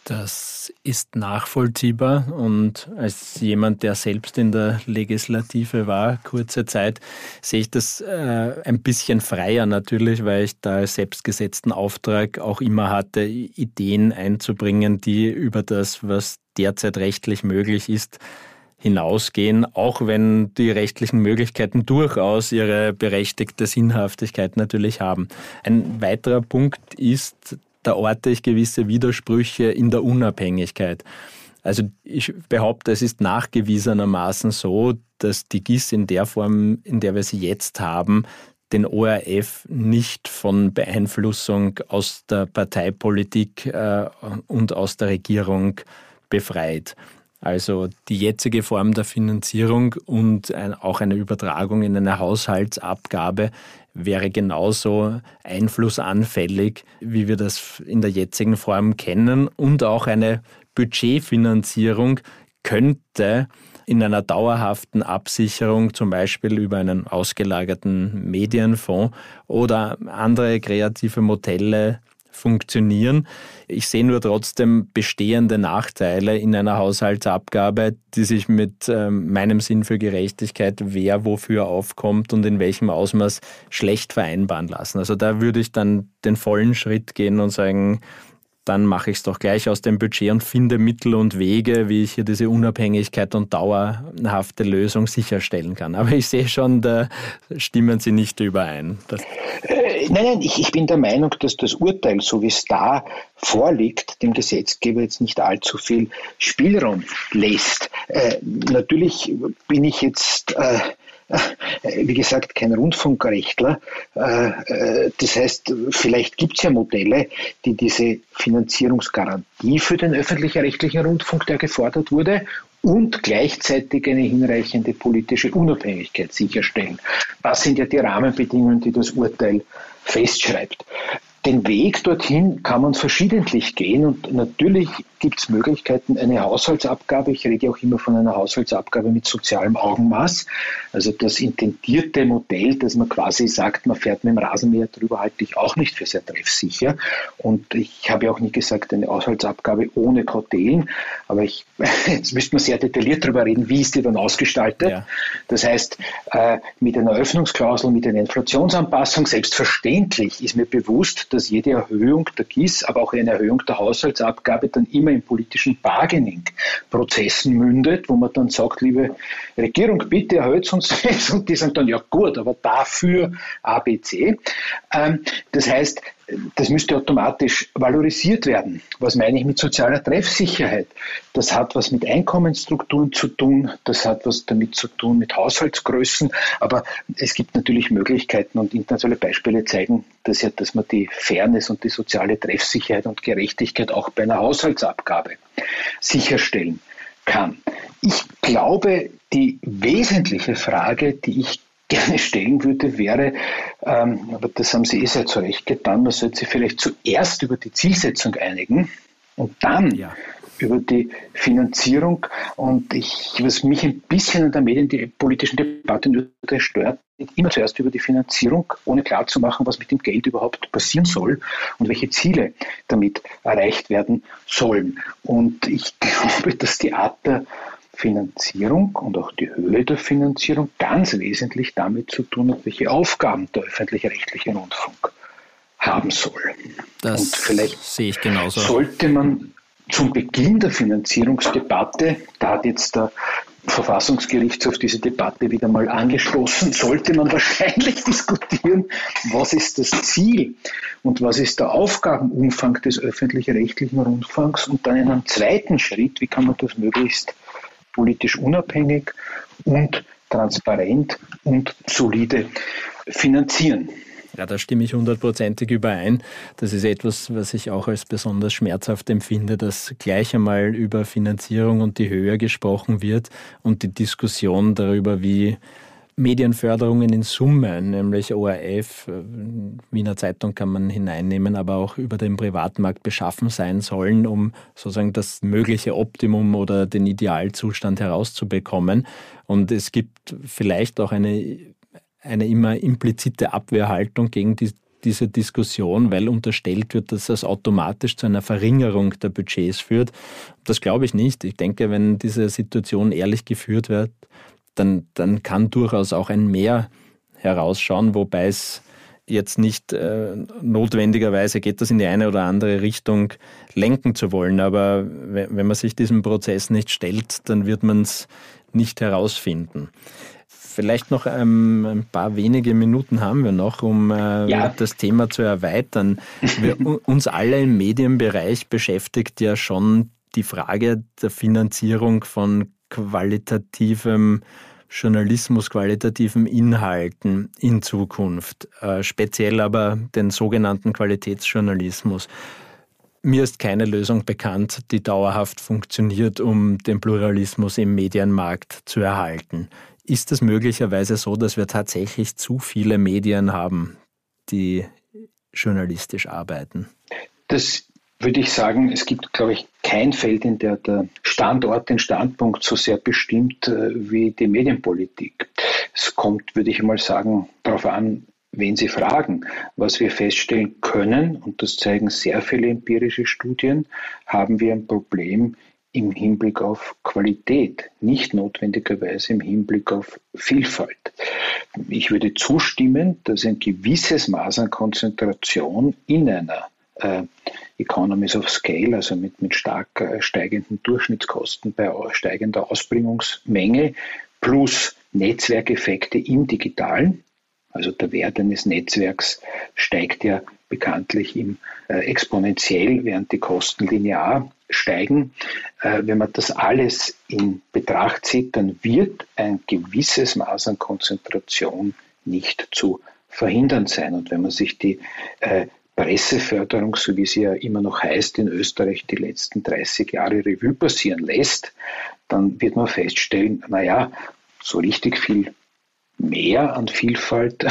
Das ist nachvollziehbar und als jemand, der selbst in der Legislative war, kurze Zeit, sehe ich das äh, ein bisschen freier natürlich, weil ich da als selbstgesetzten Auftrag auch immer hatte, Ideen einzubringen, die über das, was derzeit rechtlich möglich ist, hinausgehen, auch wenn die rechtlichen Möglichkeiten durchaus ihre berechtigte Sinnhaftigkeit natürlich haben. Ein weiterer Punkt ist, da orte ich gewisse Widersprüche in der Unabhängigkeit. Also ich behaupte, es ist nachgewiesenermaßen so, dass die G I S in der Form, in der wir sie jetzt haben, den O R F nicht von Beeinflussung aus der Parteipolitik äh, und aus der Regierung befreit. Also die jetzige Form der Finanzierung und ein, auch eine Übertragung in eine Haushaltsabgabe wäre genauso einflussanfällig, wie wir das in der jetzigen Form kennen. Und auch eine Budgetfinanzierung könnte in einer dauerhaften Absicherung, zum Beispiel über einen ausgelagerten Medienfonds oder andere kreative Modelle, funktionieren. Ich sehe nur trotzdem bestehende Nachteile in einer Haushaltsabgabe, die sich mit ähm, meinem Sinn für Gerechtigkeit, wer wofür aufkommt und in welchem Ausmaß, schlecht vereinbaren lassen. Also da würde ich dann den vollen Schritt gehen und sagen, dann mache ich es doch gleich aus dem Budget und finde Mittel und Wege, wie ich hier diese Unabhängigkeit und dauerhafte Lösung sicherstellen kann. Aber ich sehe schon, da stimmen Sie nicht überein. Das äh, nein, nein, ich, ich bin der Meinung, dass das Urteil, so wie es da vorliegt, dem Gesetzgeber jetzt nicht allzu viel Spielraum lässt. Äh, natürlich bin ich jetzt äh, wie gesagt, kein Rundfunkrechtler. Das heißt, vielleicht gibt es ja Modelle, die diese Finanzierungsgarantie für den öffentlich-rechtlichen Rundfunk, der gefordert wurde, und gleichzeitig eine hinreichende politische Unabhängigkeit sicherstellen. Das sind ja die Rahmenbedingungen, die das Urteil festschreibt. Den Weg dorthin kann man verschiedentlich gehen und natürlich gibt es Möglichkeiten, eine Haushaltsabgabe, ich rede auch immer von einer Haushaltsabgabe mit sozialem Augenmaß, also das intendierte Modell, dass man quasi sagt, man fährt mit dem Rasenmäher drüber, halte ich auch nicht für sehr treffsicher und ich habe ja auch nie gesagt, eine Haushaltsabgabe ohne Kautelen, aber ich, jetzt müsste man sehr detailliert drüber reden, wie ist die dann ausgestaltet. Ja. Das heißt, mit einer Öffnungsklausel, mit einer Inflationsanpassung, selbstverständlich ist mir bewusst, dass jede Erhöhung der G I S, aber auch eine Erhöhung der Haushaltsabgabe dann immer in politischen Bargaining-Prozessen mündet, wo man dann sagt, liebe Regierung, bitte erhöht uns das und die sagen dann, ja gut, aber dafür A, B, C. Das heißt, das müsste automatisch valorisiert werden. Was meine ich mit sozialer Treffsicherheit? Das hat was mit Einkommensstrukturen zu tun, das hat was damit zu tun mit Haushaltsgrößen, aber es gibt natürlich Möglichkeiten und internationale Beispiele zeigen, dass ja, dass man die Fairness und die soziale Treffsicherheit und Gerechtigkeit auch bei einer Haushaltsabgabe sicherstellen kann. Ich glaube, die wesentliche Frage, die ich gerne stellen würde, wäre, ähm, aber das haben Sie eh sehr zu Recht getan, man sollte sich vielleicht zuerst über die Zielsetzung einigen und dann ja. über die Finanzierung. Und ich, was mich ein bisschen an der medienpolitischen Debatte in Österreich stört, immer zuerst über die Finanzierung, ohne klarzumachen, was mit dem Geld überhaupt passieren soll und welche Ziele damit erreicht werden sollen. Und ich glaube, dass die Art der Finanzierung und auch die Höhe der Finanzierung ganz wesentlich damit zu tun hat, welche Aufgaben der öffentlich-rechtliche Rundfunk haben soll. Das und vielleicht sehe ich genauso. Sollte man zum Beginn der Finanzierungsdebatte, da hat jetzt der Verfassungsgerichtshof diese Debatte wieder mal angestoßen, sollte man wahrscheinlich diskutieren, was ist das Ziel und was ist der Aufgabenumfang des öffentlich-rechtlichen Rundfunks und dann in einem zweiten Schritt, wie kann man das möglichst politisch unabhängig und transparent und solide finanzieren. Ja, da stimme ich hundertprozentig überein. Das ist etwas, was ich auch als besonders schmerzhaft empfinde, dass gleich einmal über Finanzierung und die Höhe gesprochen wird und die Diskussion darüber, wie Medienförderungen in Summe, nämlich O R F, Wiener Zeitung kann man hineinnehmen, aber auch über den Privatmarkt beschaffen sein sollen, um sozusagen das mögliche Optimum oder den Idealzustand herauszubekommen. Und es gibt vielleicht auch eine eine immer implizite Abwehrhaltung gegen die, diese Diskussion, weil unterstellt wird, dass das automatisch zu einer Verringerung der Budgets führt. Das glaube ich nicht. Ich denke, wenn diese Situation ehrlich geführt wird, dann, dann kann durchaus auch ein Mehr herausschauen, wobei es jetzt nicht äh, notwendigerweise geht, das in die eine oder andere Richtung lenken zu wollen. Aber wenn, wenn man sich diesem Prozess nicht stellt, dann wird man es nicht herausfinden. Vielleicht noch ähm, ein paar wenige Minuten haben wir noch, um äh, ja. das Thema zu erweitern. Wir, uns alle im Medienbereich beschäftigt ja schon die Frage der Finanzierung von qualitativem Journalismus, qualitativen Inhalten in Zukunft, äh, speziell aber den sogenannten Qualitätsjournalismus. Mir ist keine Lösung bekannt, die dauerhaft funktioniert, um den Pluralismus im Medienmarkt zu erhalten. Ist es möglicherweise so, dass wir tatsächlich zu viele Medien haben, die journalistisch arbeiten? Das würde ich sagen, es gibt, glaube ich, kein Feld, in der der Standort den Standpunkt so sehr bestimmt wie die Medienpolitik. Es kommt, würde ich mal sagen, darauf an, wen Sie fragen. Was wir feststellen können, und das zeigen sehr viele empirische Studien, haben wir ein Problem im Hinblick auf Qualität, nicht notwendigerweise im Hinblick auf Vielfalt. Ich würde zustimmen, dass ein gewisses Maß an Konzentration in einer äh, Economies of Scale, also mit, mit stark äh, steigenden Durchschnittskosten bei steigender Ausbringungsmenge plus Netzwerkeffekte im Digitalen, also der Wert eines Netzwerks steigt ja bekanntlich im, äh, exponentiell, während die Kosten linear steigen. Äh, wenn man das alles in Betracht zieht, dann wird ein gewisses Maß an Konzentration nicht zu verhindern sein. Und wenn man sich die äh, Presseförderung, so wie sie ja immer noch heißt, in Österreich die letzten dreißig Jahre Revue passieren lässt, dann wird man feststellen, naja, so richtig viel mehr an Vielfalt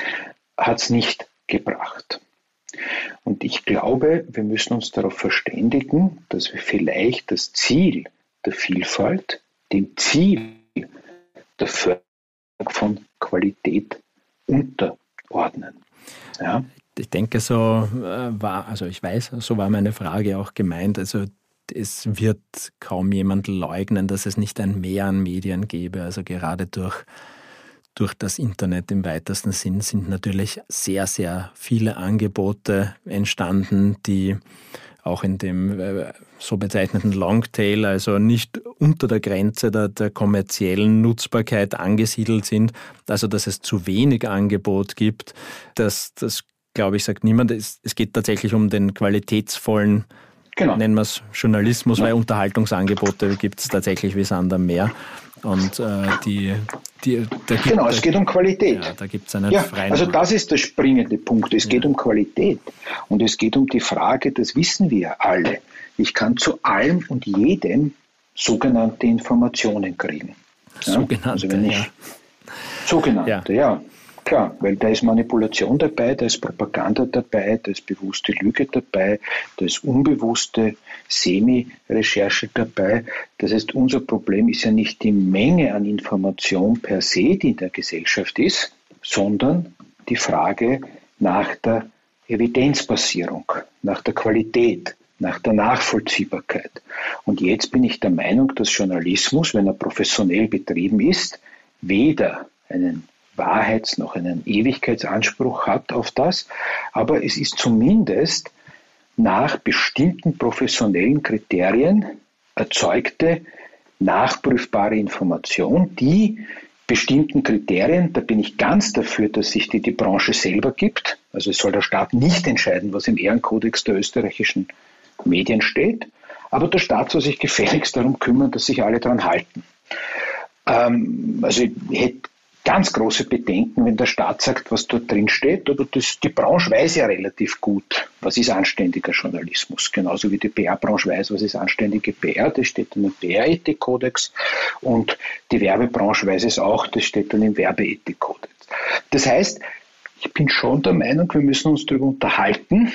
hat es nicht gebracht. Und ich glaube, wir müssen uns darauf verständigen, dass wir vielleicht das Ziel der Vielfalt dem Ziel der Förderung von Qualität unterordnen. Ja? Ich denke, so war, also ich weiß, so war meine Frage auch gemeint. Also es wird kaum jemand leugnen, dass es nicht ein Mehr an Medien gäbe. Also gerade durch Durch das Internet im weitesten Sinn sind natürlich sehr, sehr viele Angebote entstanden, die auch in dem äh, so bezeichneten Longtail, also nicht unter der Grenze der, der kommerziellen Nutzbarkeit angesiedelt sind. Also dass es zu wenig Angebot gibt, das, das glaube ich, sagt niemand. Es, es geht tatsächlich um den qualitätsvollen, genau. nennen wir es Journalismus, ja. weil Unterhaltungsangebote gibt es tatsächlich wie Sand am Meer. Und äh, die, die da gibt genau, es geht um Qualität. Ja, da gibt es einen ja, freien. Also das ist der springende Punkt. Es ja. geht um Qualität und es geht um die Frage, das wissen wir alle. Ich kann zu allem und jedem sogenannte Informationen kriegen. Ja? Sogenannte, also wenn ich, ja. Sogenannte, ja. ja. Klar, weil da ist Manipulation dabei, da ist Propaganda dabei, da ist bewusste Lüge dabei, da ist unbewusste Semi-Recherche dabei. Das heißt, unser Problem ist ja nicht die Menge an Information per se, die in der Gesellschaft ist, sondern die Frage nach der Evidenzbasierung, nach der Qualität, nach der Nachvollziehbarkeit. Und jetzt bin ich der Meinung, dass Journalismus, wenn er professionell betrieben ist, weder einen Wahrheits- noch einen Ewigkeitsanspruch hat auf das, aber es ist zumindest nach bestimmten professionellen Kriterien erzeugte, nachprüfbare Information, die bestimmten Kriterien, da bin ich ganz dafür, dass sich die, die Branche selber gibt. Also es soll der Staat nicht entscheiden, was im Ehrenkodex der österreichischen Medien steht, aber der Staat soll sich gefälligst darum kümmern, dass sich alle daran halten. Ähm, also ich hätte ganz große Bedenken, wenn der Staat sagt, was dort drin steht, aber das, die Branche weiß ja relativ gut, was ist anständiger Journalismus. Genauso wie die P R-Branche weiß, was ist anständige P R, das steht dann im P R-Ethik-Kodex, und die Werbebranche weiß es auch, das steht dann im Werbeethik-Kodex. Das heißt, ich bin schon der Meinung, wir müssen uns darüber unterhalten,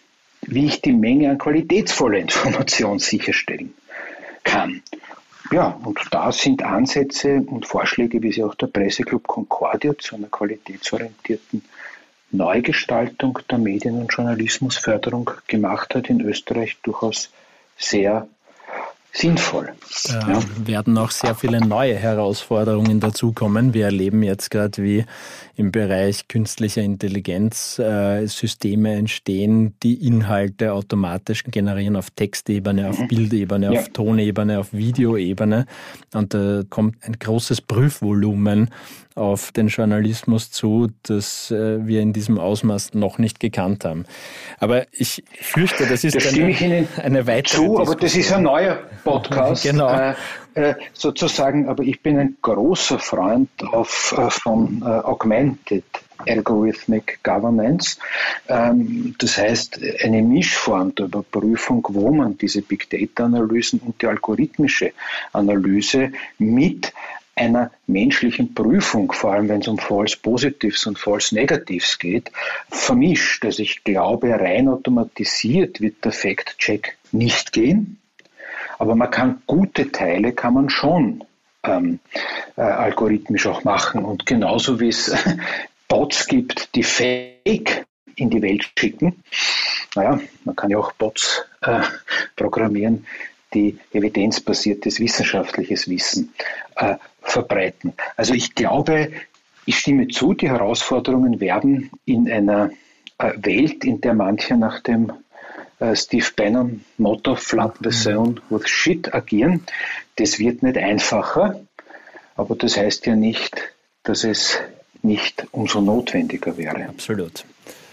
wie ich die Menge an qualitätsvoller Information sicherstellen kann. Ja, und da sind Ansätze und Vorschläge, wie sie auch der Presseclub Concordia zu einer qualitätsorientierten Neugestaltung der Medien- und Journalismusförderung gemacht hat, in Österreich durchaus sehr sinnvoll. Da ja. werden auch sehr viele neue Herausforderungen dazukommen. Wir erleben jetzt gerade, wie im Bereich künstlicher Intelligenz äh, Systeme entstehen, die Inhalte automatisch generieren auf Textebene, auf mhm. Bildebene, ja. auf Tonebene, auf Videoebene. Und da kommt ein großes Prüfvolumen auf den Journalismus zu, das äh, wir in diesem Ausmaß noch nicht gekannt haben. Aber ich fürchte, das ist das eine, ich Ihnen eine weitere zu, aber das ist ein neuer Podcast, genau. äh, äh, sozusagen. Aber ich bin ein großer Freund auf, äh, von äh, Augmented Algorithmic Governance. Ähm, das heißt, eine Mischform der Überprüfung, wo man diese Big Data Analysen und die algorithmische Analyse mit einer menschlichen Prüfung, vor allem wenn es um False Positives und False Negatives geht, vermischt. Also ich glaube, rein automatisiert wird der Fact-Check nicht gehen, aber man kann gute Teile kann man schon ähm, äh, algorithmisch auch machen, und genauso wie es Bots gibt, die Fake in die Welt schicken. Naja, man kann ja auch Bots äh, programmieren, die evidenzbasiertes wissenschaftliches Wissen äh, verbreiten. Also ich glaube, ich stimme zu, die Herausforderungen werden in einer äh, Welt, in der manche nach dem äh, Steve Bannon Motto Flood the Zone with Shit agieren. Das wird nicht einfacher, aber das heißt ja nicht, dass es nicht umso notwendiger wäre. Absolut.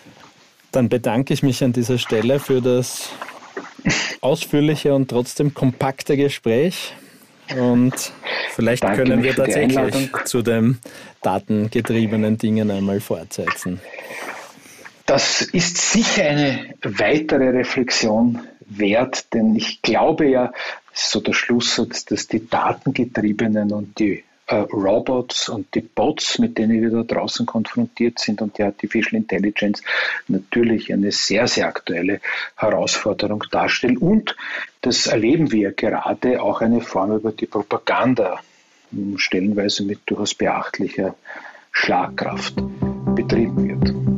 Dann bedanke ich mich an dieser Stelle für das ausführliche und trotzdem kompakte Gespräch, und vielleicht Danke können wir tatsächlich zu den datengetriebenen Dingen einmal fortsetzen. Das ist sicher eine weitere Reflexion wert, denn ich glaube ja, so der Schlusssatz, dass die datengetriebenen und die Uh, Robots und die Bots, mit denen wir da draußen konfrontiert sind, und die Artificial Intelligence natürlich eine sehr, sehr aktuelle Herausforderung darstellen. Und das erleben wir gerade, auch eine Form, über die Propaganda stellenweise mit durchaus beachtlicher Schlagkraft betrieben wird.